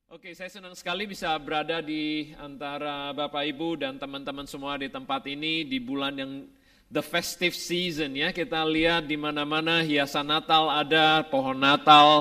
Oke, saya senang sekali bisa berada di antara Bapak Ibu dan teman-teman semua di tempat ini di bulan yang the festive season ya. Kita lihat di mana-mana hiasan Natal ada, pohon Natal.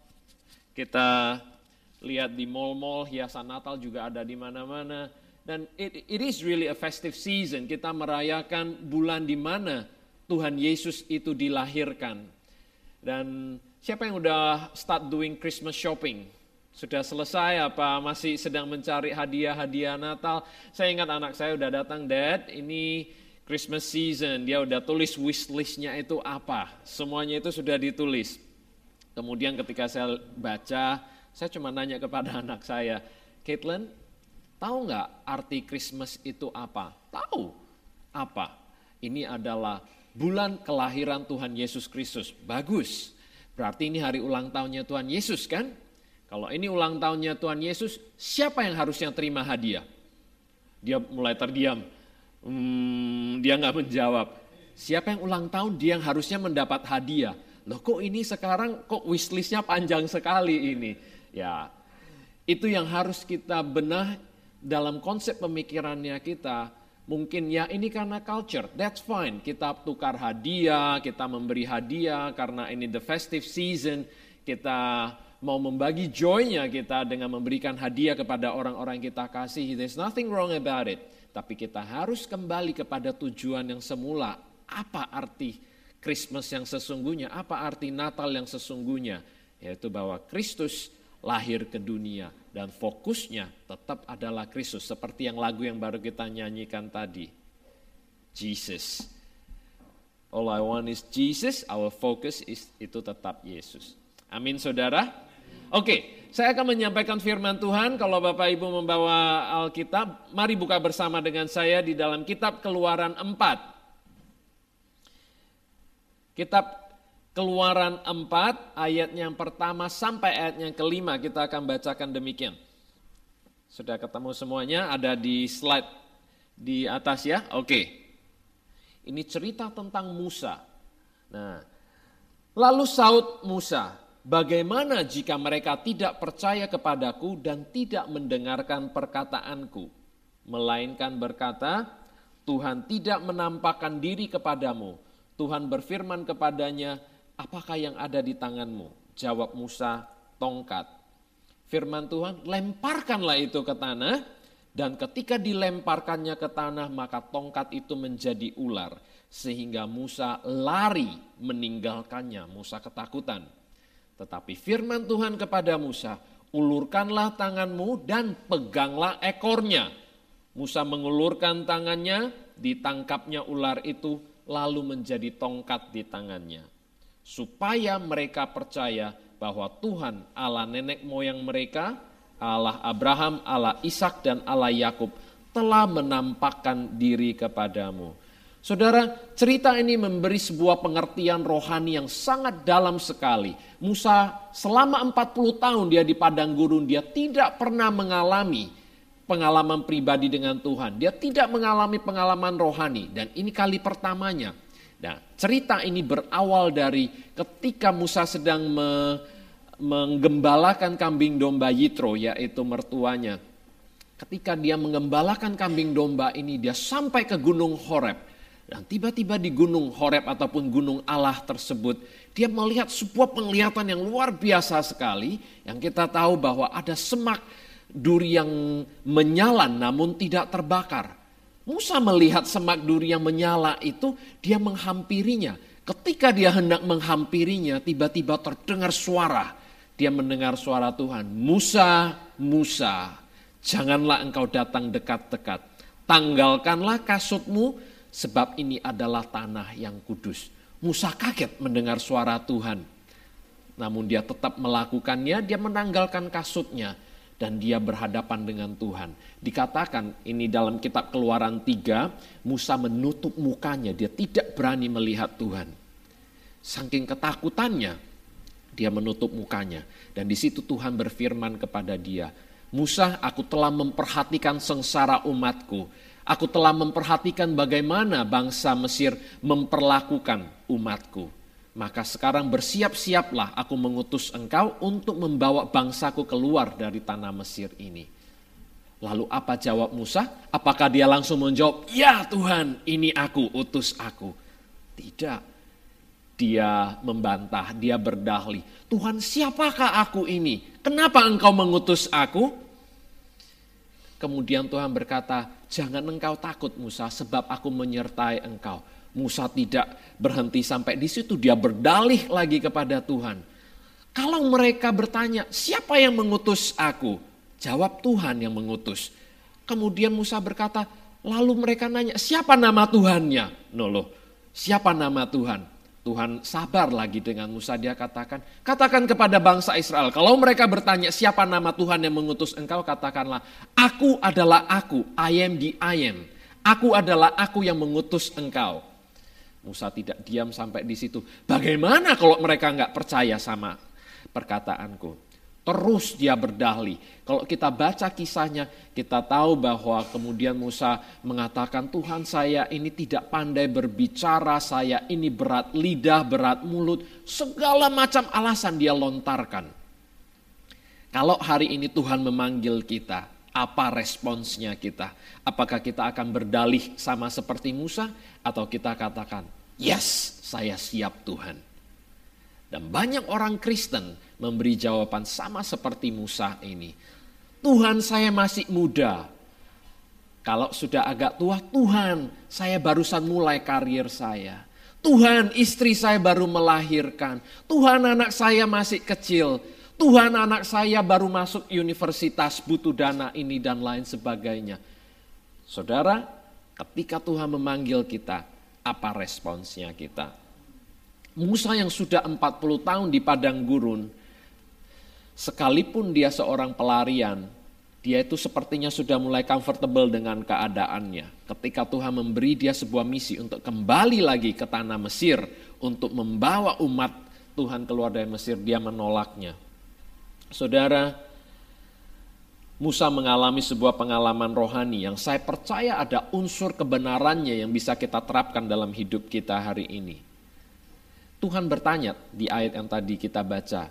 Kita lihat di mall-mall hiasan Natal juga ada di mana-mana. Dan it is really a festive season. Kita merayakan bulan di mana Tuhan Yesus itu dilahirkan. Dan siapa yang udah start doing Christmas shopping? Sudah selesai apa masih sedang mencari hadiah-hadiah Natal? Saya ingat anak saya udah datang, Dad, ini Christmas season. Dia udah tulis wishlist-nya itu apa. Semuanya itu sudah ditulis. Kemudian ketika saya baca, saya cuma nanya kepada anak saya, Caitlin, tahu nggak arti Christmas itu apa? Tahu. Apa? Ini adalah bulan kelahiran Tuhan Yesus Kristus. Bagus. Berarti ini hari ulang tahunnya Tuhan Yesus kan? Kalau ini ulang tahunnya Tuhan Yesus, siapa yang harusnya terima hadiah? Dia mulai terdiam. Dia nggak menjawab. Siapa yang ulang tahun, dia yang harusnya mendapat hadiah. Loh kok ini sekarang, kok wishlistnya panjang sekali ini? Ya, itu yang harus kita benah dalam konsep pemikirannya kita. Mungkin ya ini karena culture, that's fine. Kita tukar hadiah, kita memberi hadiah karena ini the festive season. Kita mau membagi joy-nya kita dengan memberikan hadiah kepada orang-orang yang kita kasih. There's nothing wrong about it. Tapi kita harus kembali kepada tujuan yang semula. Apa arti Christmas yang sesungguhnya? Apa arti Natal yang sesungguhnya? Yaitu bahwa Kristus lahir ke dunia. Dan fokusnya tetap adalah Kristus. Seperti yang lagu yang baru kita nyanyikan tadi. Jesus. All I want is Jesus. Our focus is itu tetap Yesus. Amin saudara. Oke, saya akan menyampaikan firman Tuhan. Kalau Bapak Ibu membawa Alkitab, mari buka bersama dengan saya di dalam kitab Keluaran 4. Kitab Keluaran 4, ayat yang pertama sampai ayat yang kelima, kita akan bacakan demikian. Sudah ketemu semuanya, ada di slide di atas ya? Oke. Ini cerita tentang Musa. Nah, lalu saud Musa, bagaimana jika mereka tidak percaya kepadaku dan tidak mendengarkan perkataanku, melainkan berkata, Tuhan tidak menampakkan diri kepadamu. Tuhan berfirman kepadanya, apakah yang ada di tanganmu? Jawab Musa, tongkat. Firman Tuhan, lemparkanlah itu ke tanah, dan ketika dilemparkannya ke tanah, maka tongkat itu menjadi ular, sehingga Musa lari meninggalkannya. Musa ketakutan. Tetapi firman Tuhan kepada Musa, ulurkanlah tanganmu dan peganglah ekornya. Musa mengulurkan tangannya, ditangkapnya ular itu, lalu menjadi tongkat di tangannya. Supaya mereka percaya bahwa Tuhan Allah nenek moyang mereka, Allah Abraham, Allah Ishak dan Allah Yakub telah menampakkan diri kepadamu. Saudara, cerita ini memberi sebuah pengertian rohani yang sangat dalam sekali. Musa selama 40 tahun dia di padang gurun, dia tidak pernah mengalami pengalaman pribadi dengan Tuhan. Dia tidak mengalami pengalaman rohani dan ini kali pertamanya. Nah, cerita ini berawal dari ketika Musa sedang menggembalakan kambing domba Yitro, yaitu mertuanya. Ketika dia menggembalakan kambing domba ini, dia sampai ke Gunung Horeb. Dan tiba-tiba di Gunung Horeb ataupun Gunung Allah tersebut, dia melihat sebuah penglihatan yang luar biasa sekali. Yang kita tahu bahwa ada semak duri yang menyala namun tidak terbakar. Musa melihat semak duri yang menyala itu, dia menghampirinya. Ketika dia hendak menghampirinya, tiba-tiba terdengar suara. Dia mendengar suara Tuhan, Musa, Musa, janganlah engkau datang dekat-dekat. Tanggalkanlah kasutmu, sebab ini adalah tanah yang kudus. Musa kaget mendengar suara Tuhan. Namun dia tetap melakukannya, dia menanggalkan kasutnya. Dan dia berhadapan dengan Tuhan. Dikatakan ini dalam kitab Keluaran 3, Musa menutup mukanya, dia tidak berani melihat Tuhan. Saking ketakutannya, dia menutup mukanya. Dan di situ Tuhan berfirman kepada dia, Musa, aku telah memperhatikan sengsara umatku. Aku telah memperhatikan bagaimana bangsa Mesir memperlakukan umatku. Maka sekarang bersiap-siaplah, aku mengutus engkau untuk membawa bangsaku keluar dari tanah Mesir ini. Lalu apa jawab Musa? Apakah dia langsung menjawab, ya Tuhan, ini aku, utus aku. Tidak. Dia membantah, dia berdahli. Tuhan, siapakah aku ini? Kenapa engkau mengutus aku? Kemudian Tuhan berkata, jangan engkau takut Musa, sebab aku menyertai engkau. Musa tidak berhenti sampai di situ, dia berdalih lagi kepada Tuhan. Kalau mereka bertanya, siapa yang mengutus aku? Jawab Tuhan yang mengutus. Kemudian Musa berkata, lalu mereka nanya, siapa nama Tuhannya? Siapa nama Tuhan? Tuhan sabar lagi dengan Musa, dia katakan kepada bangsa Israel, kalau mereka bertanya siapa nama Tuhan yang mengutus engkau, katakanlah, aku adalah aku, I am the I am. Aku adalah aku yang mengutus engkau. Musa tidak diam sampai di situ. Bagaimana kalau mereka enggak percaya sama perkataanku? Terus dia berdahli. Kalau kita baca kisahnya, kita tahu bahwa kemudian Musa mengatakan, Tuhan, saya ini tidak pandai berbicara, saya ini berat lidah, berat mulut, segala macam alasan dia lontarkan. Kalau hari ini Tuhan memanggil kita, apa responsnya kita? Apakah kita akan berdalih sama seperti Musa, atau kita katakan, yes, saya siap Tuhan. Dan banyak orang Kristen memberi jawaban sama seperti Musa ini. Tuhan, saya masih muda. Kalau sudah agak tua, Tuhan, saya barusan mulai karir saya. Tuhan, istri saya baru melahirkan. Tuhan, anak saya masih kecil. Tuhan, anak saya baru masuk universitas, butuh dana ini dan lain sebagainya. Saudara, ketika Tuhan memanggil kita, apa responsnya kita? Musa yang sudah 40 tahun di padang gurun, sekalipun dia seorang pelarian, dia itu sepertinya sudah mulai comfortable dengan keadaannya. Ketika Tuhan memberi dia sebuah misi untuk kembali lagi ke tanah Mesir, untuk membawa umat Tuhan keluar dari Mesir, dia menolaknya. Saudara, Musa mengalami sebuah pengalaman rohani yang saya percaya ada unsur kebenarannya yang bisa kita terapkan dalam hidup kita hari ini. Tuhan bertanya di ayat yang tadi kita baca.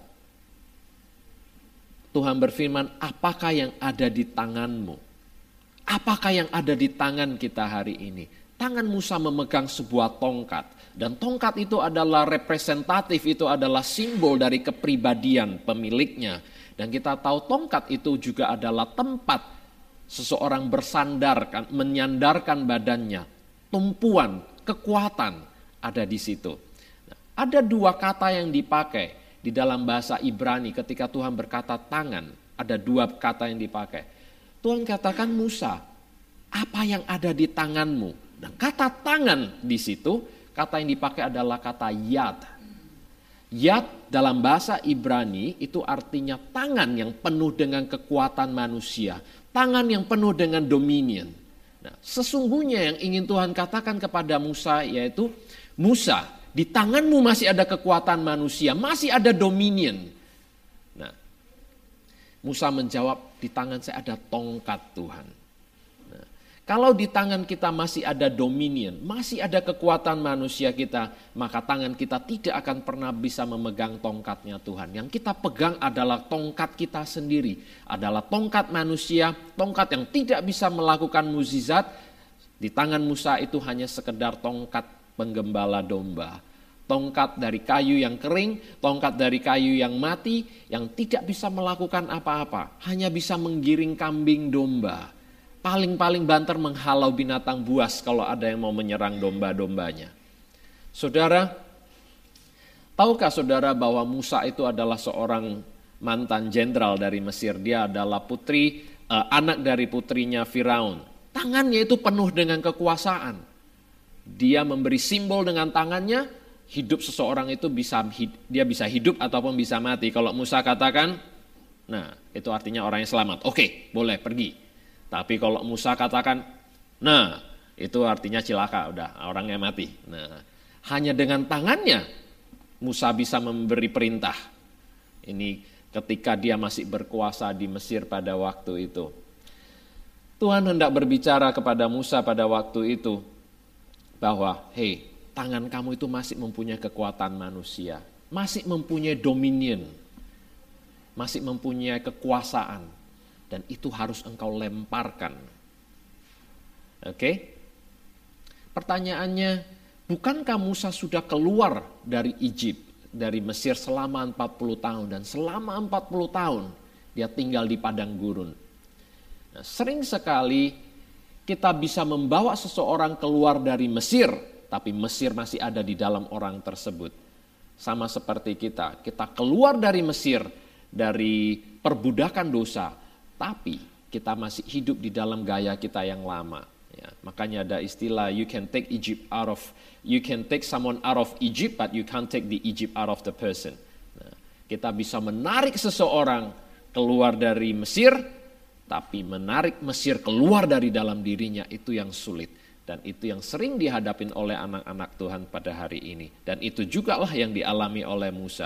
Tuhan berfirman, apakah yang ada di tanganmu? Apakah yang ada di tangan kita hari ini? Tangan Musa memegang sebuah tongkat. Dan tongkat itu adalah representatif, itu adalah simbol dari kepribadian pemiliknya. Dan kita tahu tongkat itu juga adalah tempat seseorang bersandarkan, menyandarkan badannya. Tumpuan, kekuatan ada di situ. Ada dua kata yang dipakai di dalam bahasa Ibrani ketika Tuhan berkata tangan. Ada dua kata yang dipakai. Tuhan katakan, Musa, apa yang ada di tanganmu? Dan kata tangan di situ, kata yang dipakai adalah kata yad. Yad dalam bahasa Ibrani itu artinya tangan yang penuh dengan kekuatan manusia. Tangan yang penuh dengan dominion. Nah, sesungguhnya yang ingin Tuhan katakan kepada Musa yaitu, Musa, di tanganmu masih ada kekuatan manusia, masih ada dominion. Nah, Musa menjawab, di tangan saya ada tongkat Tuhan. Nah, kalau di tangan kita masih ada dominion, masih ada kekuatan manusia kita, maka tangan kita tidak akan pernah bisa memegang tongkatnya Tuhan. Yang kita pegang adalah tongkat kita sendiri, adalah tongkat manusia, tongkat yang tidak bisa melakukan mukjizat. Di tangan Musa itu hanya sekedar tongkat penggembala domba, tongkat dari kayu yang kering, tongkat dari kayu yang mati, yang tidak bisa melakukan apa-apa, hanya bisa menggiring kambing domba, paling-paling banter menghalau binatang buas kalau ada yang mau menyerang domba-dombanya. Saudara, tahukah saudara bahwa Musa itu adalah seorang mantan jenderal dari Mesir? Dia adalah anak dari putrinya Firaun. Tangannya itu penuh dengan kekuasaan. Dia memberi simbol dengan tangannya, hidup seseorang itu dia bisa hidup ataupun bisa mati. Kalau Musa katakan, nah itu artinya orang yang selamat. Oke, boleh pergi. Tapi kalau Musa katakan, nah itu artinya cilaka, udah orangnya mati. Nah, hanya dengan tangannya Musa bisa memberi perintah. Ini ketika dia masih berkuasa di Mesir pada waktu itu. Tuhan hendak berbicara kepada Musa pada waktu itu, bahwa, hey, tangan kamu itu masih mempunyai kekuatan manusia, masih mempunyai dominion, masih mempunyai kekuasaan, dan itu harus engkau lemparkan. Oke? Pertanyaannya, bukankah Musa sudah keluar dari Egypt, dari Mesir selama 40 tahun, dan selama 40 tahun dia tinggal di padang gurun. Nah, sering sekali kita bisa membawa seseorang keluar dari Mesir, tapi Mesir masih ada di dalam orang tersebut. Sama seperti kita keluar dari Mesir, dari perbudakan dosa, tapi kita masih hidup di dalam gaya kita yang lama. Ya, makanya ada istilah you can take someone out of Egypt, but you can't take the Egypt out of the person. Nah, kita bisa menarik seseorang keluar dari Mesir, tapi menarik Mesir keluar dari dalam dirinya itu yang sulit. Dan itu yang sering dihadapin oleh anak-anak Tuhan pada hari ini. Dan itu juga lah yang dialami oleh Musa.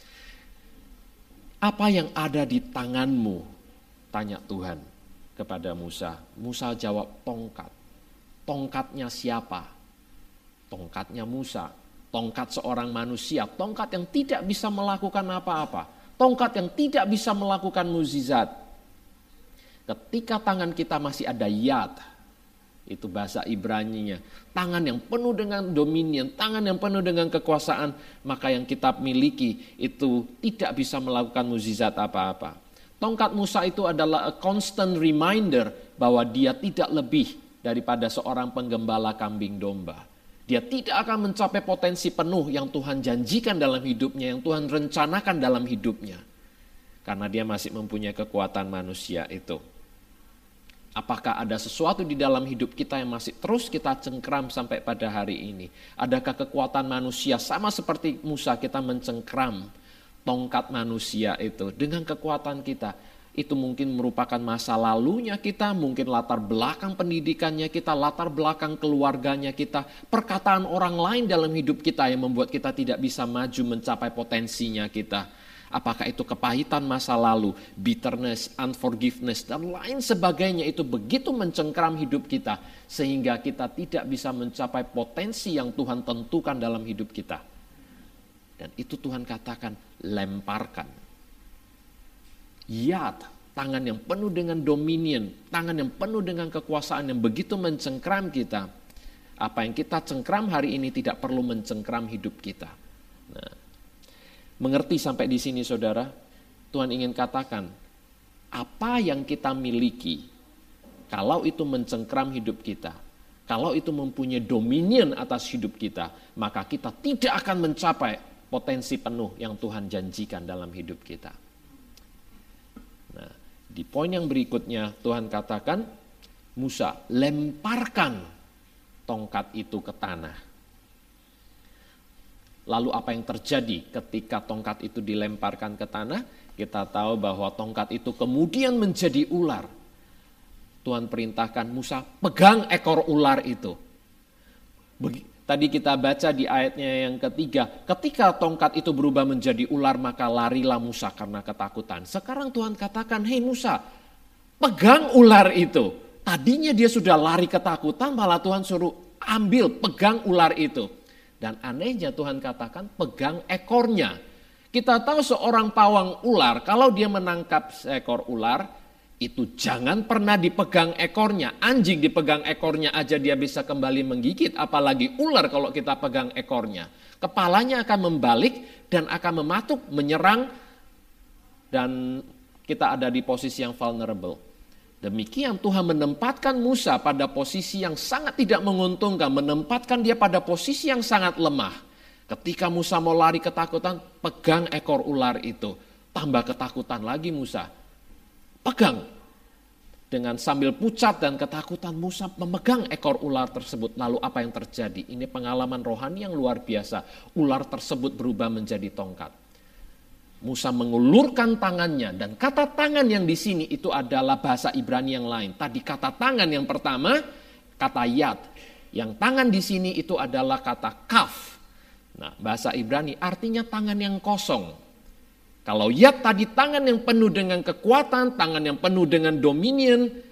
Apa yang ada di tanganmu? Tanya Tuhan kepada Musa. Musa jawab tongkat. Tongkatnya siapa? Tongkatnya Musa. Tongkat seorang manusia. Tongkat yang tidak bisa melakukan apa-apa. Tongkat yang tidak bisa melakukan mukjizat. Ketika tangan kita masih ada yad, itu bahasa Ibraninya, tangan yang penuh dengan dominion, tangan yang penuh dengan kekuasaan, maka yang kita miliki itu tidak bisa melakukan mukjizat apa-apa. Tongkat Musa itu adalah a constant reminder bahwa dia tidak lebih daripada seorang penggembala kambing domba. Dia tidak akan mencapai potensi penuh yang Tuhan janjikan dalam hidupnya, yang Tuhan rencanakan dalam hidupnya. Karena dia masih mempunyai kekuatan manusia itu. Apakah ada sesuatu di dalam hidup kita yang masih terus kita cengkram sampai pada hari ini? Adakah kekuatan manusia sama seperti Musa kita mencengkram tongkat manusia itu dengan kekuatan kita? Itu mungkin merupakan masa lalunya kita, mungkin latar belakang pendidikannya kita, latar belakang keluarganya kita, perkataan orang lain dalam hidup kita yang membuat kita tidak bisa maju mencapai potensinya kita. Apakah itu kepahitan masa lalu, bitterness, unforgiveness, dan lain sebagainya itu begitu mencengkram hidup kita sehingga kita tidak bisa mencapai potensi yang Tuhan tentukan dalam hidup kita. Dan itu Tuhan katakan, lemparkan. Yad, tangan yang penuh dengan dominion, tangan yang penuh dengan kekuasaan yang begitu mencengkram kita. Apa yang kita cengkram hari ini tidak perlu mencengkram hidup kita. Nah, mengerti sampai di sini saudara? Tuhan ingin katakan, apa yang kita miliki, kalau itu mencengkram hidup kita, kalau itu mempunyai dominion atas hidup kita, maka kita tidak akan mencapai potensi penuh yang Tuhan janjikan dalam hidup kita. Nah, di poin yang berikutnya Tuhan katakan, Musa, lemparkan tongkat itu ke tanah. Lalu apa yang terjadi ketika tongkat itu dilemparkan ke tanah? Kita tahu bahwa tongkat itu kemudian menjadi ular. Tuhan perintahkan Musa, pegang ekor ular itu. Tadi kita baca di ayatnya yang ketiga, ketika tongkat itu berubah menjadi ular, maka larilah Musa karena ketakutan. Sekarang Tuhan katakan, hei Musa, pegang ular itu. Tadinya dia sudah lari ketakutan, malah Tuhan suruh ambil, pegang ular itu. Dan anehnya Tuhan katakan pegang ekornya. Kita tahu seorang pawang ular, kalau dia menangkap seekor ular, itu jangan pernah dipegang ekornya. Anjing dipegang ekornya aja dia bisa kembali menggigit, apalagi ular kalau kita pegang ekornya. Kepalanya akan membalik dan akan mematuk, menyerang, dan kita ada di posisi yang vulnerable. Demikian Tuhan menempatkan Musa pada posisi yang sangat tidak menguntungkan, menempatkan dia pada posisi yang sangat lemah. Ketika Musa mau lari ketakutan, pegang ekor ular itu. Tambah ketakutan lagi Musa. Pegang. Dengan sambil pucat dan ketakutan Musa memegang ekor ular tersebut. Lalu apa yang terjadi? Ini pengalaman rohani yang luar biasa. Ular tersebut berubah menjadi tongkat. Musa mengulurkan tangannya, dan kata tangan yang di sini itu adalah bahasa Ibrani yang lain. Tadi kata tangan yang pertama, kata yad. Yang tangan di sini itu adalah kata kaf. Nah, bahasa Ibrani artinya tangan yang kosong. Kalau yad tadi tangan yang penuh dengan kekuatan, tangan yang penuh dengan dominion.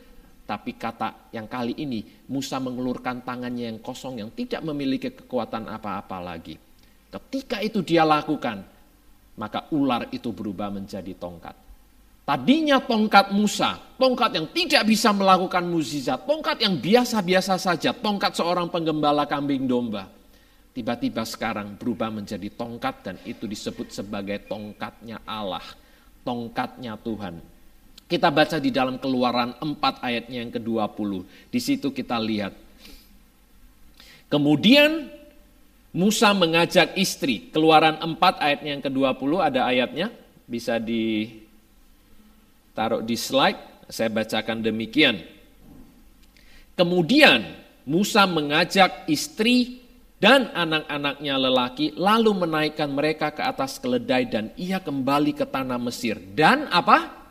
Tapi kata yang kali ini, Musa mengulurkan tangannya yang kosong yang tidak memiliki kekuatan apa-apa lagi. Ketika itu dia lakukan, maka ular itu berubah menjadi tongkat. Tadinya tongkat Musa, tongkat yang tidak bisa melakukan mukjizat, tongkat yang biasa-biasa saja, tongkat seorang penggembala kambing domba. Tiba-tiba sekarang berubah menjadi tongkat dan itu disebut sebagai tongkatnya Allah, tongkatnya Tuhan. Kita baca di dalam Keluaran 4 ayatnya yang ke-20. Di situ kita lihat. Kemudian Musa mengajak istri. Keluaran 4 ayatnya yang ke-20 ada ayatnya. Bisa ditaruh di slide. Saya bacakan demikian. Kemudian Musa mengajak istri dan anak-anaknya lelaki lalu menaikkan mereka ke atas keledai dan ia kembali ke tanah Mesir. Dan apa?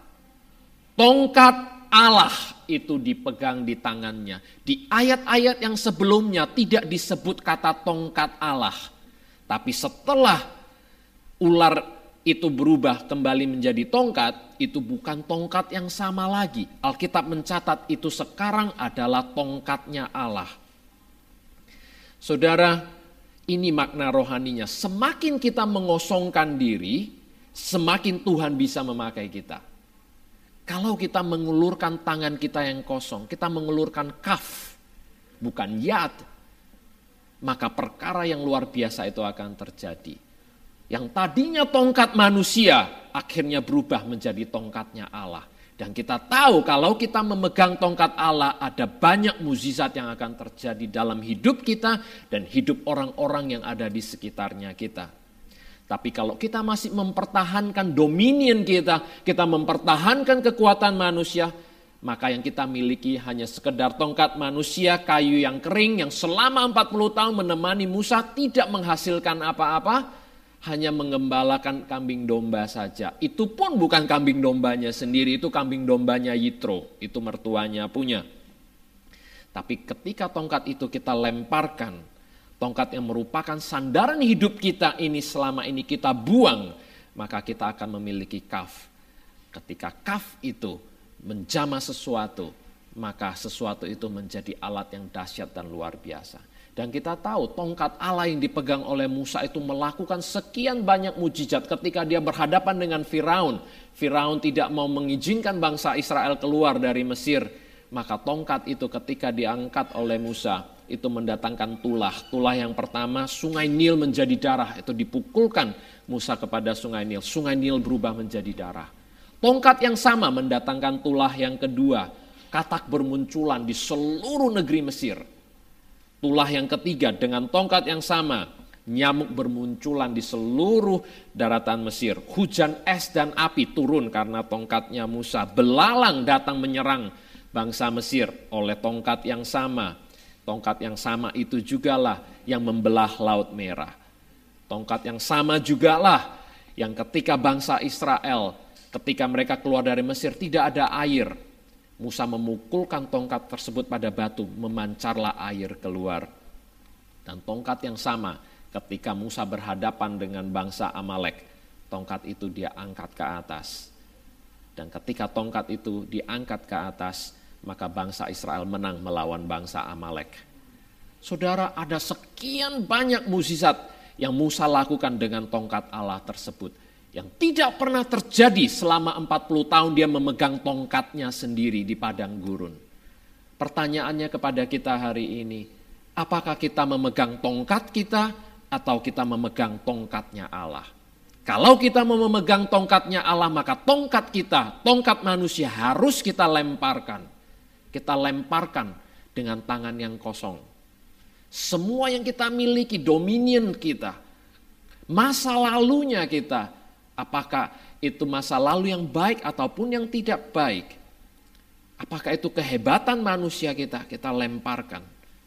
Tongkat Allah itu dipegang di tangannya. Di ayat-ayat yang sebelumnya tidak disebut kata tongkat Allah. Tapi setelah ular itu berubah kembali menjadi tongkat, itu bukan tongkat yang sama lagi. Alkitab mencatat itu sekarang adalah tongkatnya Allah. Saudara, ini makna rohaninya. Semakin kita mengosongkan diri, semakin Tuhan bisa memakai kita. Kalau kita mengulurkan tangan kita yang kosong, kita mengulurkan kaf, bukan yad, maka perkara yang luar biasa itu akan terjadi. Yang tadinya tongkat manusia, akhirnya berubah menjadi tongkatnya Allah. Dan kita tahu kalau kita memegang tongkat Allah, ada banyak mukjizat yang akan terjadi dalam hidup kita dan hidup orang-orang yang ada di sekitarnya kita. Tapi kalau kita masih mempertahankan dominion kita mempertahankan kekuatan manusia, maka yang kita miliki hanya sekedar tongkat manusia, kayu yang kering, yang selama 40 tahun menemani Musa tidak menghasilkan apa-apa, hanya mengembalakan kambing domba saja. Itu pun bukan kambing dombanya sendiri, itu kambing dombanya Yitro, itu mertuanya punya. Tapi ketika tongkat itu kita lemparkan, tongkat yang merupakan sandaran hidup kita ini selama ini kita buang, maka kita akan memiliki kaf. Ketika kaf itu menjamah sesuatu, maka sesuatu itu menjadi alat yang dahsyat dan luar biasa. Dan kita tahu tongkat Allah yang dipegang oleh Musa itu melakukan sekian banyak mujizat ketika dia berhadapan dengan Firaun. Firaun tidak mau mengizinkan bangsa Israel keluar dari Mesir, maka tongkat itu ketika diangkat oleh Musa, itu mendatangkan tulah. Tulah yang pertama, sungai Nil menjadi darah. Itu dipukulkan Musa kepada sungai Nil. Sungai Nil berubah menjadi darah. Tongkat yang sama mendatangkan tulah yang kedua. Katak bermunculan di seluruh negeri Mesir. Tulah yang ketiga dengan tongkat yang sama. Nyamuk bermunculan di seluruh daratan Mesir. Hujan es dan api turun karena tongkatnya Musa. Belalang datang menyerang bangsa Mesir oleh tongkat yang sama. Tongkat yang sama itu jugalah yang membelah Laut Merah. Tongkat yang sama jugalah yang ketika bangsa Israel, ketika mereka keluar dari Mesir tidak ada air. Musa memukulkan tongkat tersebut pada batu, memancarlah air keluar. Dan tongkat yang sama ketika Musa berhadapan dengan bangsa Amalek, tongkat itu dia angkat ke atas. Dan ketika tongkat itu diangkat ke atas, maka bangsa Israel menang melawan bangsa Amalek. Saudara, ada sekian banyak mukjizat yang Musa lakukan dengan tongkat Allah tersebut. Yang tidak pernah terjadi selama 40 tahun dia memegang tongkatnya sendiri di padang gurun. Pertanyaannya kepada kita hari ini, apakah kita memegang tongkat kita atau kita memegang tongkatnya Allah? Kalau kita mau memegang tongkatnya Allah, maka tongkat kita, tongkat manusia harus kita lemparkan. Kita lemparkan dengan tangan yang kosong. Semua yang kita miliki, dominion kita, masa lalunya kita, apakah itu masa lalu yang baik ataupun yang tidak baik, apakah itu kehebatan manusia kita lemparkan.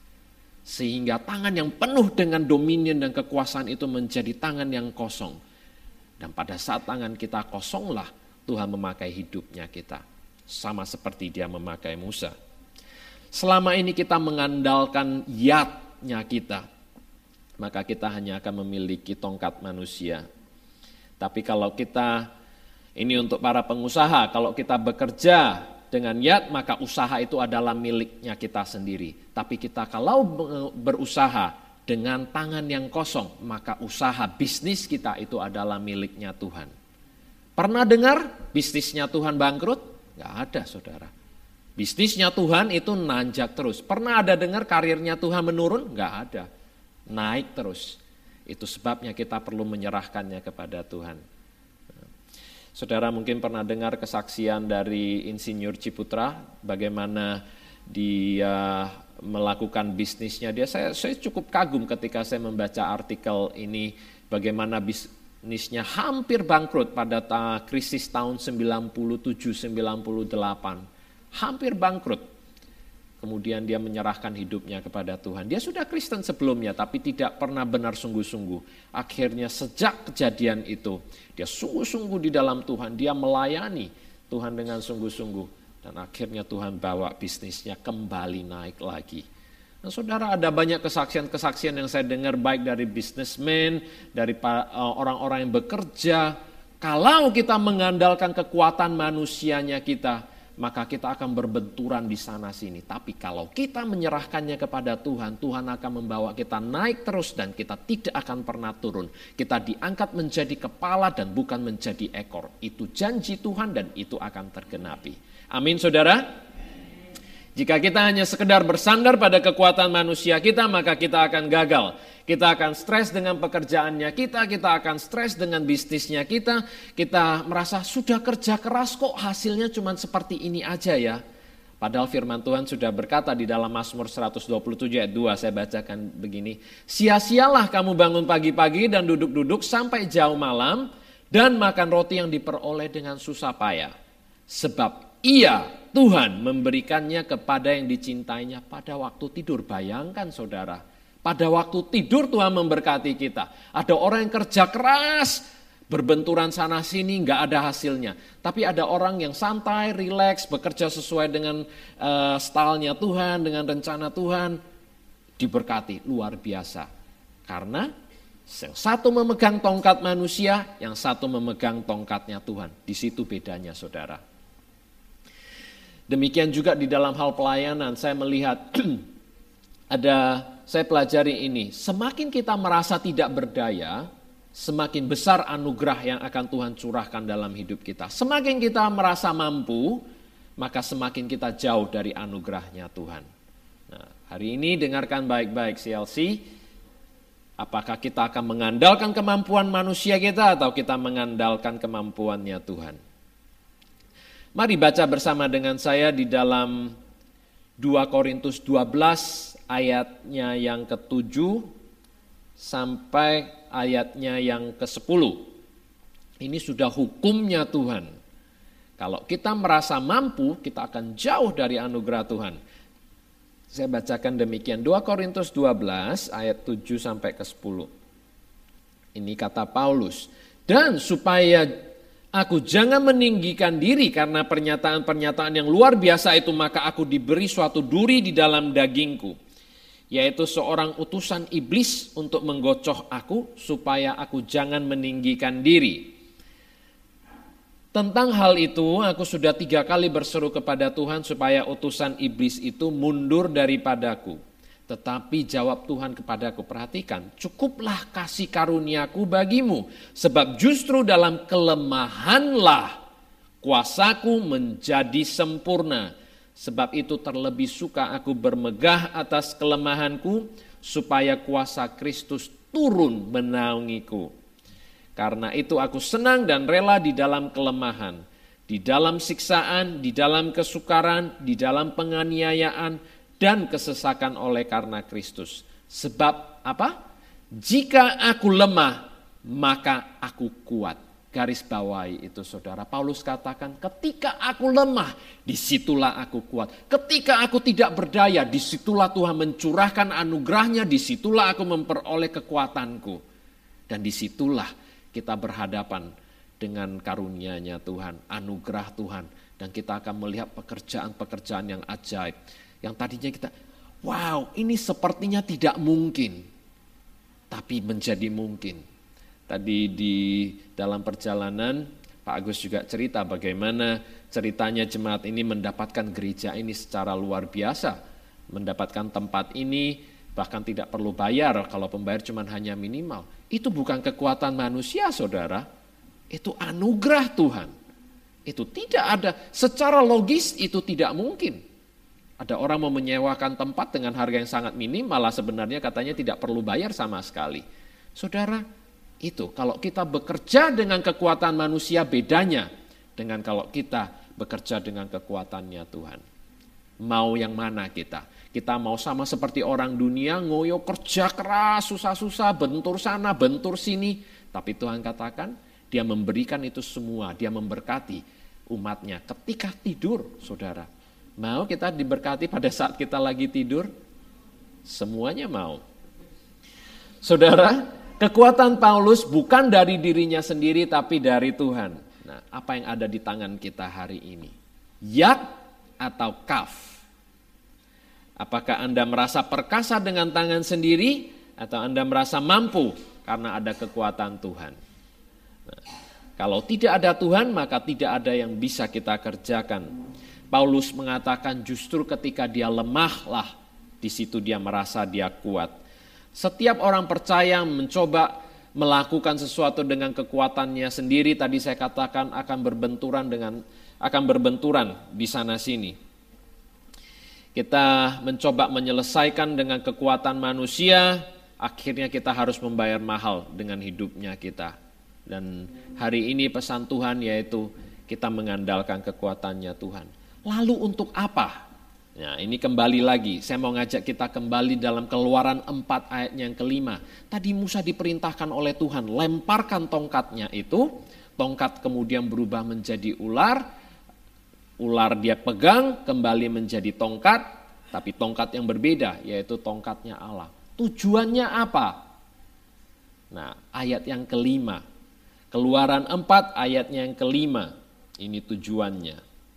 Sehingga tangan yang penuh dengan dominion dan kekuasaan itu menjadi tangan yang kosong. Dan pada saat tangan kita kosonglah Tuhan memakai hidupnya kita. Sama seperti dia memakai Musa. Selama ini kita mengandalkan yadnya kita, maka kita hanya akan memiliki tongkat manusia. Tapi kalau kita, ini untuk para pengusaha, kalau kita bekerja dengan yad, maka usaha itu adalah miliknya kita sendiri. Tapi kita kalau berusaha dengan tangan yang kosong, maka usaha bisnis kita itu adalah miliknya Tuhan. Pernah dengar bisnisnya Tuhan bangkrut? Gak ada, saudara. Bisnisnya Tuhan itu nanjak terus. Pernah ada dengar karirnya Tuhan menurun? Gak ada. Naik terus. Itu sebabnya kita perlu menyerahkannya kepada Tuhan. Saudara mungkin pernah dengar kesaksian dari Insinyur Ciputra, bagaimana dia melakukan bisnisnya. Saya cukup kagum ketika saya membaca artikel ini, bagaimana bisnisnya hampir bangkrut pada krisis tahun 97-98. Hampir bangkrut. Kemudian dia menyerahkan hidupnya kepada Tuhan. Dia sudah Kristen sebelumnya, tapi tidak pernah benar sungguh-sungguh. Akhirnya sejak kejadian itu, dia sungguh-sungguh di dalam Tuhan. Dia melayani Tuhan dengan sungguh-sungguh. Dan akhirnya Tuhan bawa bisnisnya kembali naik lagi. Nah, saudara, ada banyak kesaksian-kesaksian yang saya dengar, baik dari bisnismen, dari orang-orang yang bekerja. Kalau kita mengandalkan kekuatan manusianya kita, maka kita akan berbenturan di sana sini. Tapi kalau kita menyerahkannya kepada Tuhan, Tuhan akan membawa kita naik terus dan kita tidak akan pernah turun. Kita diangkat menjadi kepala dan bukan menjadi ekor. Itu janji Tuhan dan itu akan tergenapi. Amin, saudara. Jika kita hanya sekedar bersandar pada kekuatan manusia kita, maka kita akan gagal. Kita akan stres dengan pekerjaannya kita akan stres dengan bisnisnya kita merasa sudah kerja keras kok hasilnya cuma seperti ini aja ya. Padahal firman Tuhan sudah berkata di dalam Mazmur 127 ayat 2, saya bacakan begini. Sia-sialah kamu bangun pagi-pagi dan duduk-duduk sampai jauh malam dan makan roti yang diperoleh dengan susah payah. Sebab Ia, Tuhan, memberikannya kepada yang dicintainya pada waktu tidur. Bayangkan, saudara, pada waktu tidur Tuhan memberkati kita. Ada orang yang kerja keras, berbenturan sana sini, nggak ada hasilnya. Tapi ada orang yang santai, rileks, bekerja sesuai dengan stylenya Tuhan, dengan rencana Tuhan, diberkati luar biasa. Karena yang satu memegang tongkat manusia, yang satu memegang tongkatnya Tuhan. Di situ bedanya, saudara. Demikian juga di dalam hal pelayanan, saya melihat saya pelajari ini, semakin kita merasa tidak berdaya, semakin besar anugerah yang akan Tuhan curahkan dalam hidup kita. Semakin kita merasa mampu, maka semakin kita jauh dari anugerahnya Tuhan. Nah, hari ini dengarkan baik-baik CLC, apakah kita akan mengandalkan kemampuan manusia kita atau kita mengandalkan kemampuannya Tuhan? Mari baca bersama dengan saya di dalam 2 Korintus 12 ayatnya yang ke-7 sampai ayatnya yang ke-10. Ini sudah hukumnya Tuhan. Kalau kita merasa mampu, kita akan jauh dari anugerah Tuhan. Saya bacakan demikian, 2 Korintus 12 ayat 7 sampai ke-10. Ini kata Paulus, dan supaya aku jangan meninggikan diri karena pernyataan-pernyataan yang luar biasa itu, maka aku diberi suatu duri di dalam dagingku, yaitu seorang utusan iblis untuk menggocoh aku supaya aku jangan meninggikan diri. Tentang hal itu aku sudah 3 kali berseru kepada Tuhan supaya utusan iblis itu mundur daripadaku. Tetapi jawab Tuhan kepadaku, perhatikan, cukuplah kasih karuniaku bagimu, sebab justru dalam kelemahanlah kuasaku menjadi sempurna. Sebab itu terlebih suka aku bermegah atas kelemahanku, supaya kuasa Kristus turun menaungiku. Karena itu aku senang dan rela di dalam kelemahan, di dalam siksaan, di dalam kesukaran, di dalam penganiayaan, dan kesesakan oleh karena Kristus. Sebab apa? Jika aku lemah, maka aku kuat. Garis bawahi itu, saudara. Paulus katakan, ketika aku lemah, disitulah aku kuat. Ketika aku tidak berdaya, disitulah Tuhan mencurahkan anugerahnya, disitulah aku memperoleh kekuatanku. Dan disitulah kita berhadapan dengan karunia-Nya Tuhan, anugerah Tuhan. Dan kita akan melihat pekerjaan-pekerjaan yang ajaib. Yang tadinya kita, wow, ini sepertinya tidak mungkin, tapi menjadi mungkin. Tadi di dalam perjalanan Pak Agus juga cerita bagaimana ceritanya jemaat ini mendapatkan gereja ini secara luar biasa. Mendapatkan tempat ini bahkan tidak perlu bayar, kalau pembayar cuma hanya minimal. Itu bukan kekuatan manusia, saudara. Itu anugerah Tuhan. Itu tidak ada, secara logis itu tidak mungkin. Ada orang mau menyewakan tempat dengan harga yang sangat minim, malah sebenarnya katanya tidak perlu bayar sama sekali. Saudara, itu kalau kita bekerja dengan kekuatan manusia bedanya dengan kalau kita bekerja dengan kekuatannya Tuhan. Mau yang mana kita? Kita mau sama seperti orang dunia, ngoyo kerja keras, susah-susah, bentur sana, bentur sini. Tapi Tuhan katakan, dia memberikan itu semua, dia memberkati umatnya ketika tidur, saudara. Mau kita diberkati pada saat kita lagi tidur? Semuanya mau. Saudara, kekuatan Paulus bukan dari dirinya sendiri tapi dari Tuhan. Nah, apa yang ada di tangan kita hari ini? Yad atau kaf? Apakah Anda merasa perkasa dengan tangan sendiri atau Anda merasa mampu karena ada kekuatan Tuhan? Nah, kalau tidak ada Tuhan maka tidak ada yang bisa kita kerjakan. Paulus mengatakan justru ketika dia lemahlah, di situ dia merasa dia kuat. Setiap orang percaya mencoba melakukan sesuatu dengan kekuatannya sendiri, tadi saya katakan akan berbenturan di sana sini. Kita mencoba menyelesaikan dengan kekuatan manusia, akhirnya kita harus membayar mahal dengan hidupnya kita. Dan hari ini pesan Tuhan yaitu kita mengandalkan kekuatannya Tuhan. Lalu untuk apa? Nah, ini kembali lagi, saya mau ngajak kita kembali dalam Keluaran 4 ayat yang kelima. Tadi Musa diperintahkan oleh Tuhan, lemparkan tongkatnya itu, tongkat kemudian berubah menjadi ular, ular dia pegang kembali menjadi tongkat, tapi tongkat yang berbeda, yaitu tongkatnya Allah. Tujuannya apa? Nah, ayat yang kelima, Keluaran 4 ayatnya yang kelima, ini tujuannya.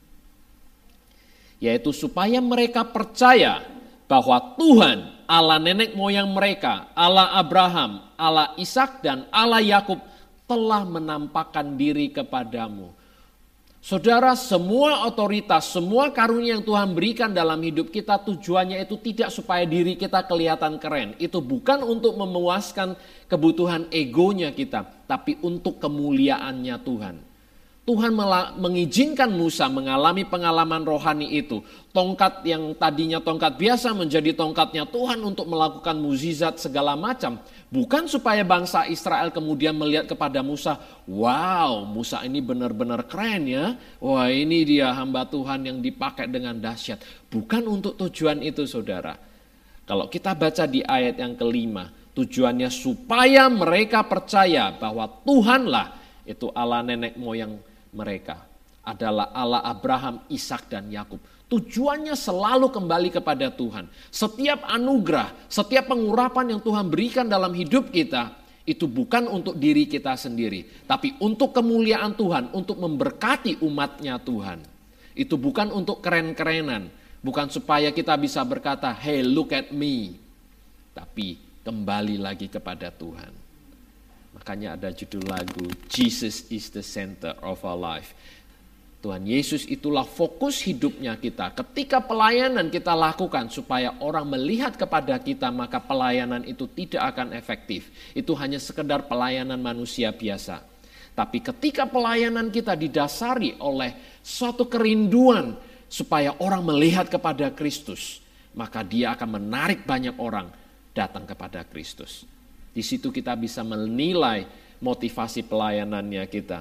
Yaitu supaya mereka percaya bahwa Tuhan, Allah nenek moyang mereka, Allah Abraham, Allah Ishak dan Allah Yakub telah menampakkan diri kepadamu. Saudara, semua otoritas, semua karunia yang Tuhan berikan dalam hidup kita tujuannya itu tidak supaya diri kita kelihatan keren. Itu bukan untuk memuaskan kebutuhan egonya kita, tapi untuk kemuliaannya Tuhan. Tuhan mengizinkan Musa mengalami pengalaman rohani itu. Tongkat yang tadinya tongkat biasa menjadi tongkatnya Tuhan untuk melakukan mukjizat segala macam. Bukan supaya bangsa Israel kemudian melihat kepada Musa, wow, Musa ini benar-benar keren ya. Wah, ini dia hamba Tuhan yang dipakai dengan dahsyat. Bukan untuk tujuan itu, saudara. Kalau kita baca di ayat yang kelima, tujuannya supaya mereka percaya bahwa Tuhanlah itu Allah nenek moyang mereka, adalah Allah Abraham, Ishak dan Yakub. Tujuannya selalu kembali kepada Tuhan. Setiap anugerah, setiap pengurapan yang Tuhan berikan dalam hidup kita, itu bukan untuk diri kita sendiri, tapi untuk kemuliaan Tuhan, untuk memberkati umatnya Tuhan. Itu bukan untuk keren-kerenan, bukan supaya kita bisa berkata, hey look at me, tapi kembali lagi kepada Tuhan. Makanya ada judul lagu, Jesus is the center of our life. Tuhan Yesus itulah fokus hidupnya kita. Ketika pelayanan kita lakukan supaya orang melihat kepada kita, maka pelayanan itu tidak akan efektif. Itu hanya sekedar pelayanan manusia biasa. Tapi ketika pelayanan kita didasari oleh suatu kerinduan supaya orang melihat kepada Kristus, maka dia akan menarik banyak orang datang kepada Kristus. Di situ kita bisa menilai motivasi pelayanannya kita.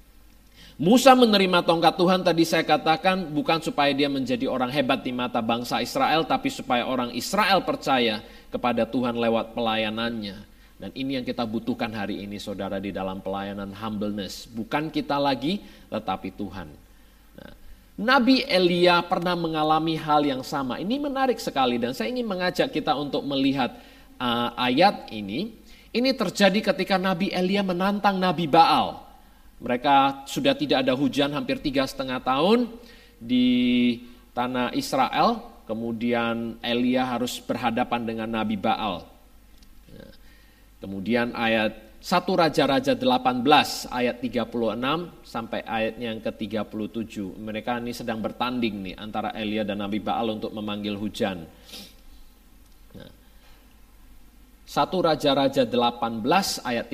Musa menerima tongkat Tuhan tadi saya katakan bukan supaya dia menjadi orang hebat di mata bangsa Israel, tapi supaya orang Israel percaya kepada Tuhan lewat pelayanannya. Dan ini yang kita butuhkan hari ini, saudara, di dalam pelayanan humbleness. Bukan kita lagi, tetapi Tuhan. Nah, Nabi Elia pernah mengalami hal yang sama. Ini menarik sekali dan saya ingin mengajak kita untuk melihat ayat ini. Ini terjadi ketika Nabi Elia menantang Nabi Baal. Mereka sudah tidak ada hujan hampir 3,5 tahun di tanah Israel. Kemudian Elia harus berhadapan dengan Nabi Baal. Kemudian ayat 1 Raja-Raja 18 ayat 36 sampai ayatnya yang ke-37. Mereka ini sedang bertanding nih antara Elia dan Nabi Baal untuk memanggil hujan. 1 Raja-Raja 18 ayat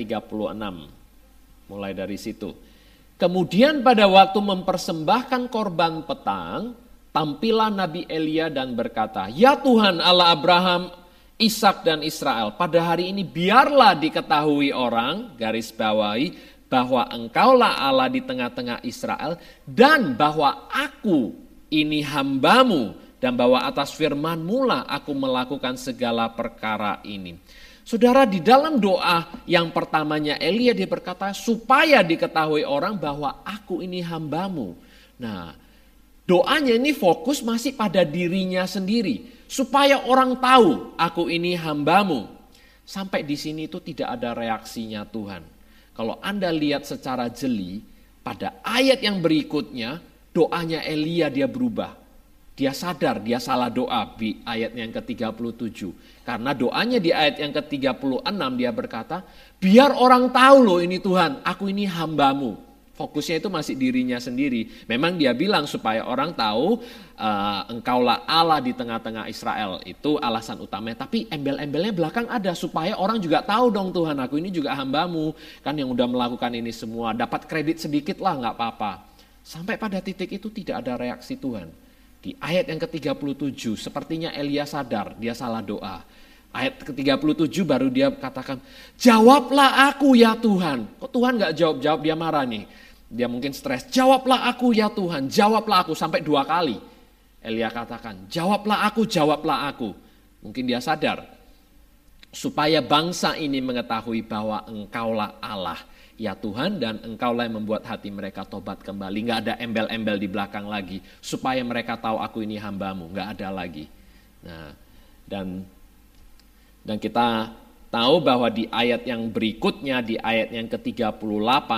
36. Mulai dari situ. Kemudian pada waktu mempersembahkan korban petang, tampillah Nabi Elia dan berkata, "Ya Tuhan Allah Abraham, Ishak dan Israel, pada hari ini biarlah diketahui orang," garis bawahi, "bahwa engkaulah Allah di tengah-tengah Israel, dan bahwa aku ini hambamu, dan bahwa atas firman-Mu lah aku melakukan segala perkara ini." Saudara, di dalam doa yang pertamanya Elia dia berkata, supaya diketahui orang bahwa aku ini hambamu. Nah, doanya ini fokus masih pada dirinya sendiri. Supaya orang tahu aku ini hambamu. Sampai di sini itu tidak ada reaksinya Tuhan. Kalau Anda lihat secara jeli, pada ayat yang berikutnya, doanya Elia dia berubah. Dia sadar dia salah doa di ayat yang ke-37. Karena doanya di ayat yang ke-36 dia berkata, biar orang tahu loh ini Tuhan, aku ini hambamu. Fokusnya itu masih dirinya sendiri. Memang dia bilang supaya orang tahu engkaulah Allah di tengah-tengah Israel. Itu alasan utamanya. Tapi embel-embelnya belakang ada supaya orang juga tahu dong Tuhan, aku ini juga hambamu. Kan yang udah melakukan ini semua, dapat kredit sedikit lah gak apa-apa. Sampai pada titik itu tidak ada reaksi Tuhan. Di ayat yang ke-37 sepertinya Elia sadar dia salah doa. Ayat ke-37 baru dia katakan, "Jawablah aku ya Tuhan." Kok Tuhan gak jawab-jawab, dia marah nih. Dia mungkin stres. "Jawablah aku ya Tuhan, jawablah aku." Sampai 2 kali Elia katakan, "Jawablah aku, jawablah aku." Mungkin dia sadar. Supaya bangsa ini mengetahui bahwa engkaulah Allah ya Tuhan, dan engkaulah yang membuat hati mereka tobat kembali. Gak ada embel-embel di belakang lagi. Supaya mereka tahu aku ini hambamu. Gak ada lagi. Nah, dan kita tahu bahwa di ayat yang berikutnya, di ayat yang ke-38,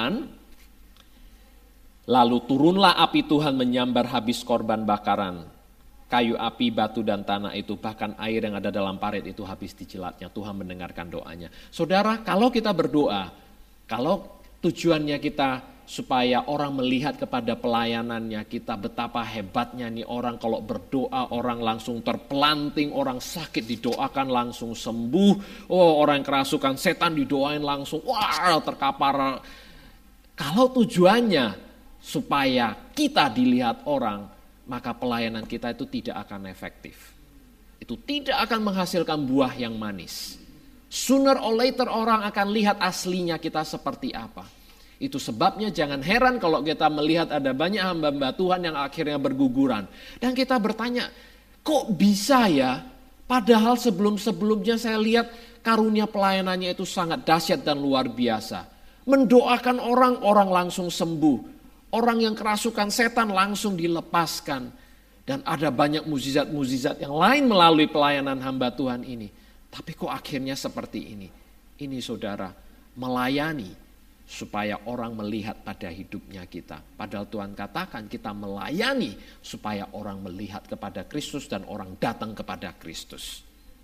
lalu turunlah api Tuhan menyambar habis korban bakaran. Kayu api, batu dan tanah itu, bahkan air yang ada dalam parit itu habis dijilatnya. Tuhan mendengarkan doanya. Saudara, kalau kita berdoa, kalau tujuannya kita supaya orang melihat kepada pelayanannya kita, betapa hebatnya nih orang kalau berdoa, orang langsung terpelanting, orang sakit didoakan langsung sembuh, orang kerasukan setan didoain langsung, terkapar. Kalau tujuannya supaya kita dilihat orang, maka pelayanan kita itu tidak akan efektif. Itu tidak akan menghasilkan buah yang manis. Sooner or later orang akan lihat aslinya kita seperti apa. Itu sebabnya jangan heran kalau kita melihat ada banyak hamba-hamba Tuhan yang akhirnya berguguran. Dan kita bertanya, kok bisa ya? Padahal sebelum-sebelumnya saya lihat karunia pelayanannya itu sangat dahsyat dan luar biasa. Mendoakan orang langsung sembuh. Orang yang kerasukan setan langsung dilepaskan. Dan ada banyak mukjizat-mukjizat yang lain melalui pelayanan hamba Tuhan ini. Tapi kok akhirnya seperti ini? Ini saudara, melayani supaya orang melihat pada hidupnya kita. Padahal Tuhan katakan kita melayani supaya orang melihat kepada Kristus dan orang datang kepada Kristus.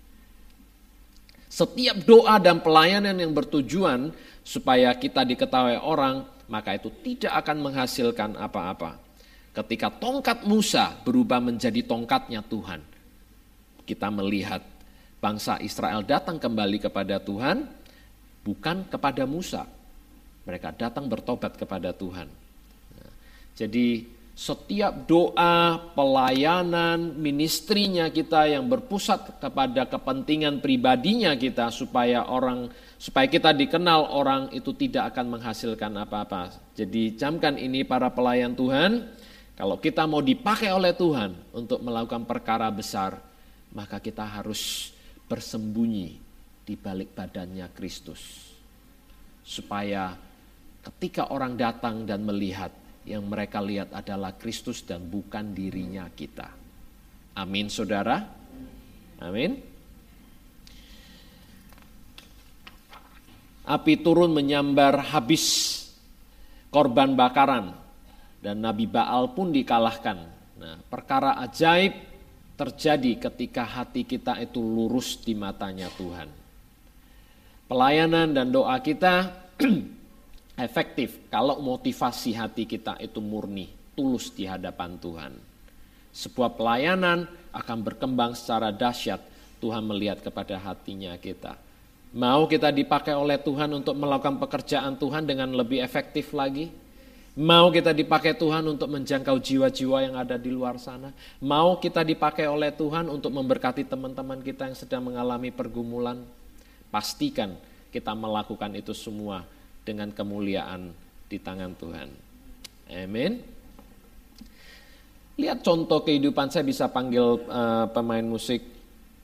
Setiap doa dan pelayanan yang bertujuan supaya kita diketahui orang, maka itu tidak akan menghasilkan apa-apa. Ketika tongkat Musa berubah menjadi tongkatnya Tuhan, kita melihat bangsa Israel datang kembali kepada Tuhan, bukan kepada Musa. Mereka datang bertobat kepada Tuhan. Nah, jadi setiap doa, pelayanan, ministrinya kita yang berpusat kepada kepentingan pribadinya kita supaya kita dikenal orang itu tidak akan menghasilkan apa-apa. Jadi camkan ini para pelayan Tuhan, kalau kita mau dipakai oleh Tuhan untuk melakukan perkara besar, maka kita harus bersembunyi di balik badannya Kristus. Supaya ketika orang datang dan melihat, yang mereka lihat adalah Kristus dan bukan dirinya kita. Amin saudara. Amin. Api turun menyambar habis korban bakaran. Dan Nabi Baal pun dikalahkan. Nah, perkara ajaib terjadi ketika hati kita itu lurus di matanya Tuhan. Pelayanan dan doa kita efektif kalau motivasi hati kita itu murni, tulus di hadapan Tuhan. Sebuah pelayanan akan berkembang secara dahsyat. Tuhan melihat kepada hatinya kita. Mau kita dipakai oleh Tuhan untuk melakukan pekerjaan Tuhan dengan lebih efektif lagi? Mau kita dipakai Tuhan untuk menjangkau jiwa-jiwa yang ada di luar sana? Mau kita dipakai oleh Tuhan untuk memberkati teman-teman kita yang sedang mengalami pergumulan? Pastikan kita melakukan itu semua dengan kemuliaan di tangan Tuhan. Amin. Lihat contoh kehidupan, saya bisa panggil pemain musik.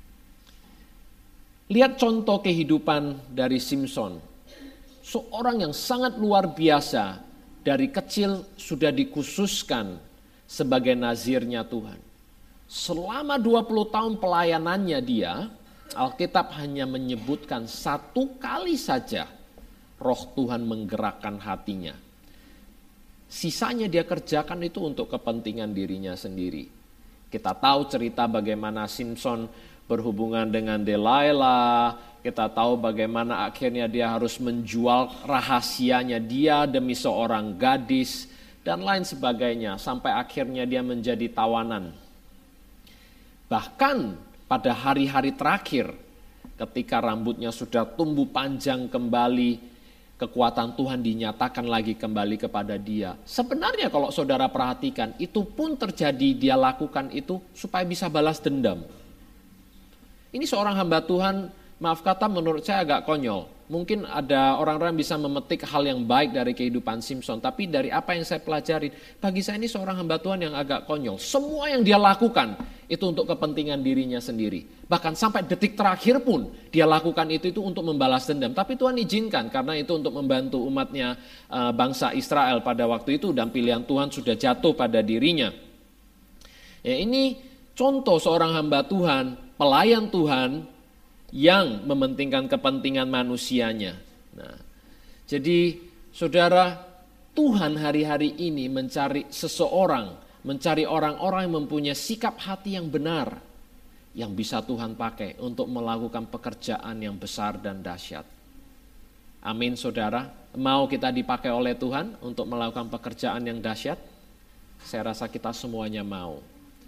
Lihat contoh kehidupan dari Simson. Seorang yang sangat luar biasa, dari kecil sudah dikhususkan sebagai nazirnya Tuhan. Selama 20 tahun pelayanannya dia, Alkitab hanya menyebutkan 1 kali saja Roh Tuhan menggerakkan hatinya. Sisanya dia kerjakan itu untuk kepentingan dirinya sendiri. Kita tahu cerita bagaimana Simson berhubungan dengan Delilah, kita tahu bagaimana akhirnya dia harus menjual rahasianya dia demi seorang gadis, dan lain sebagainya, sampai akhirnya dia menjadi tawanan. Bahkan pada hari-hari terakhir, ketika rambutnya sudah tumbuh panjang kembali, kekuatan Tuhan dinyatakan lagi kembali kepada dia. Sebenarnya kalau saudara perhatikan, itu pun terjadi, dia lakukan itu supaya bisa balas dendam. Ini seorang hamba Tuhan, maaf kata menurut saya agak konyol. Mungkin ada orang-orang bisa memetik hal yang baik dari kehidupan Simson, tapi dari apa yang saya pelajari, bagi saya ini seorang hamba Tuhan yang agak konyol. Semua yang dia lakukan itu untuk kepentingan dirinya sendiri. Bahkan sampai detik terakhir pun dia lakukan itu untuk membalas dendam. Tapi Tuhan izinkan karena itu untuk membantu umatnya, bangsa Israel pada waktu itu, dan pilihan Tuhan sudah jatuh pada dirinya. Ya, ini contoh seorang hamba Tuhan, pelayan Tuhan yang mementingkan kepentingan manusianya. Nah, jadi saudara, Tuhan hari-hari ini mencari seseorang, mencari orang-orang yang mempunyai sikap hati yang benar, yang bisa Tuhan pakai untuk melakukan pekerjaan yang besar dan dahsyat. Amin saudara, mau kita dipakai oleh Tuhan untuk melakukan pekerjaan yang dahsyat? Saya rasa kita semuanya mau.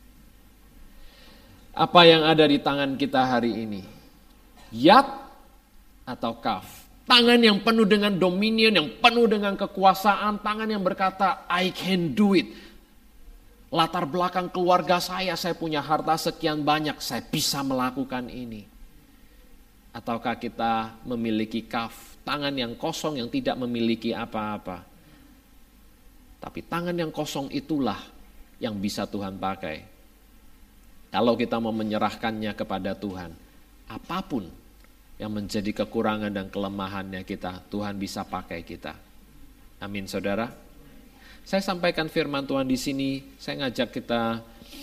Apa yang ada di tangan kita hari ini? Yat atau kaf? Tangan yang penuh dengan dominion, yang penuh dengan kekuasaan, tangan yang berkata, I can do it. Latar belakang keluarga saya punya harta sekian banyak, saya bisa melakukan ini. Ataukah kita memiliki kaf, tangan yang kosong yang tidak memiliki apa-apa. Tapi tangan yang kosong itulah yang bisa Tuhan pakai. Kalau kita mau menyerahkannya kepada Tuhan, apapun yang menjadi kekurangan dan kelemahannya kita, Tuhan bisa pakai kita. Amin saudara. Saya sampaikan firman Tuhan di sini, saya ngajak kita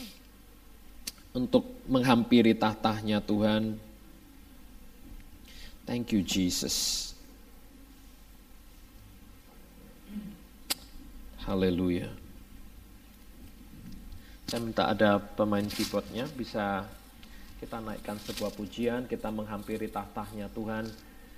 untuk menghampiri tahtanya Tuhan. Thank you Jesus. Haleluya. Saya minta ada pemain keyboardnya, bisa kita naikkan sebuah pujian, kita menghampiri tahtanya Tuhan.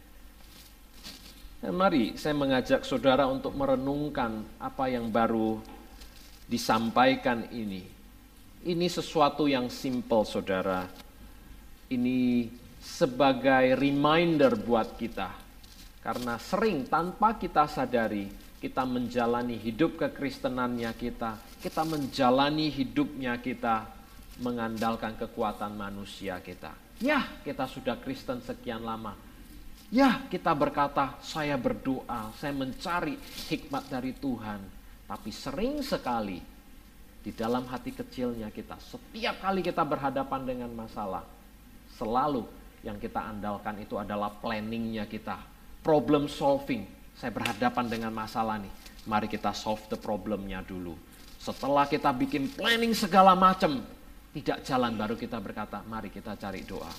Dan mari saya mengajak saudara untuk merenungkan apa yang baru disampaikan ini. Ini sesuatu yang simple saudara. Ini sebagai reminder buat kita. Karena sering tanpa kita sadari, kita menjalani hidup kekristenannya kita menjalani hidupnya kita mengandalkan kekuatan manusia kita. Ya, kita sudah Kristen sekian lama. Ya, kita berkata, saya berdoa, saya mencari hikmat dari Tuhan. Tapi sering sekali di dalam hati kecilnya kita, setiap kali kita berhadapan dengan masalah, selalu yang kita andalkan itu adalah planningnya kita, problem solving. Saya berhadapan dengan masalah nih, mari kita solve the problemnya dulu. Setelah kita bikin planning segala macam, tidak jalan, baru kita berkata, mari kita cari doa.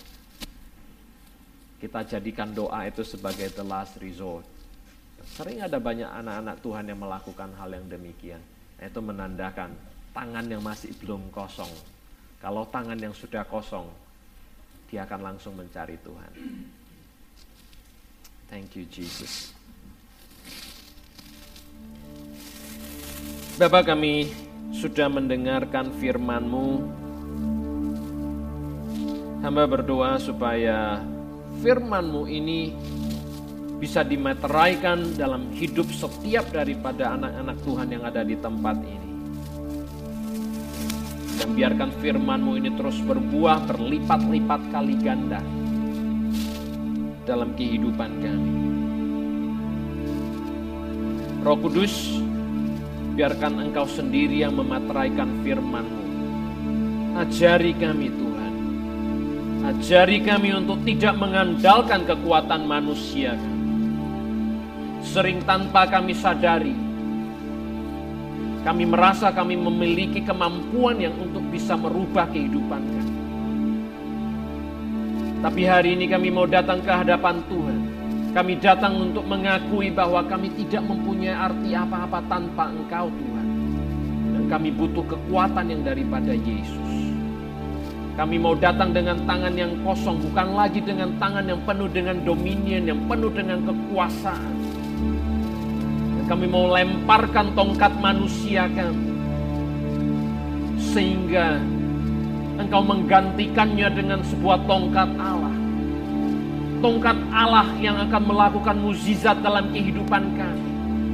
Kita jadikan doa itu sebagai the last resort. Sering ada banyak anak-anak Tuhan yang melakukan hal yang demikian. Itu menandakan tangan yang masih belum kosong. Kalau tangan yang sudah kosong, dia akan langsung mencari Tuhan. Thank you Jesus. Bapa, kami sudah mendengarkan firman-Mu. Hamba berdoa supaya firman-Mu ini bisa dimeteraikan dalam hidup setiap daripada anak-anak Tuhan yang ada di tempat ini. Dan biarkan firman-Mu ini terus berbuah berlipat-lipat kali ganda dalam kehidupan kami. Roh Kudus, biarkan Engkau sendiri yang memateraikan firman-Mu. Ajari kami Tuhan. Ajari kami untuk tidak mengandalkan kekuatan manusia. Sering tanpa kami sadari, kami merasa kami memiliki kemampuan yang untuk bisa merubah kehidupan kami. Tapi hari ini kami mau datang ke hadapan Tuhan. Kami datang untuk mengakui bahwa kami tidak mempunyai arti apa-apa tanpa Engkau Tuhan. Dan kami butuh kekuatan yang daripada Yesus. Kami mau datang dengan tangan yang kosong, bukan lagi dengan tangan yang penuh dengan dominion, yang penuh dengan kekuasaan. Dan kami mau lemparkan tongkat manusia kami. Sehingga Engkau menggantikannya dengan sebuah tongkat Allah. Tongkat Allah yang akan melakukan mukjizat dalam kehidupan kami.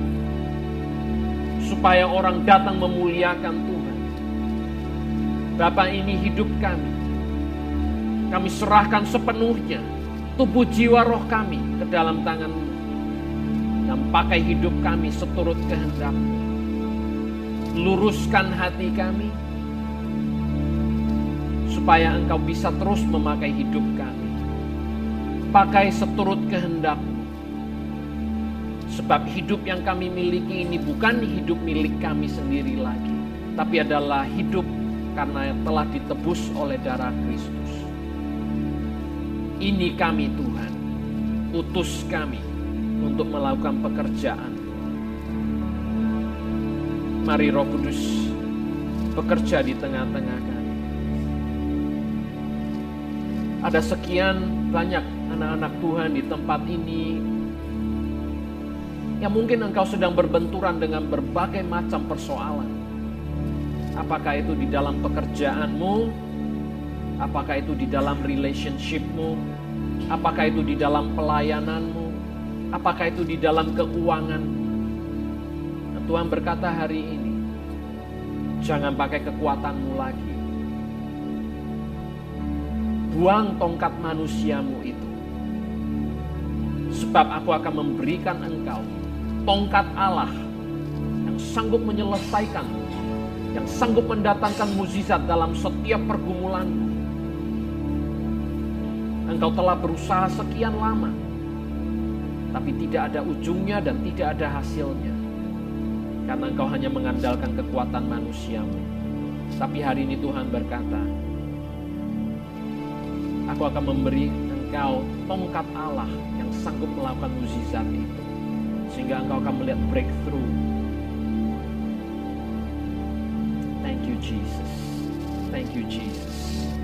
Supaya orang datang memuliakan Tuhan. Bapa, ini hidup kami. Kami serahkan sepenuhnya tubuh jiwa roh kami ke dalam tangan-Mu. Dan pakai hidup kami seturut kehendak-Mu. Luruskan hati kami. Supaya Engkau bisa terus memakai hidup kami. Pakai seturut kehendak-Mu. Sebab hidup yang kami miliki ini bukan hidup milik kami sendiri lagi. Tapi adalah hidup karena telah ditebus oleh darah Kristus. Ini kami Tuhan. Utus kami untuk melakukan pekerjaan. Mari Roh Kudus bekerja di tengah-tengah kami. Ada sekian banyak anak-anak Tuhan di tempat ini yang mungkin engkau sedang berbenturan dengan berbagai macam persoalan. Apakah itu di dalam pekerjaanmu? Apakah itu di dalam relationship-mu? Apakah itu di dalam pelayananmu? Apakah itu di dalam keuanganmu? Dan Tuhan berkata hari ini, jangan pakai kekuatanmu lagi. Buang tongkat manusiamu itu. Sebab aku akan memberikan engkau tongkat Allah yang sanggup menyelesaikan, yang sanggup mendatangkan mukjizat dalam setiap pergumulanmu. Engkau telah berusaha sekian lama, tapi tidak ada ujungnya dan tidak ada hasilnya. Karena engkau hanya mengandalkan kekuatan manusiamu. Tapi hari ini Tuhan berkata, aku akan memberi engkau tongkat Allah yang sanggup melakukan mukjizat itu. Sehingga engkau akan melihat breakthrough. Thank you Jesus. Thank you Jesus.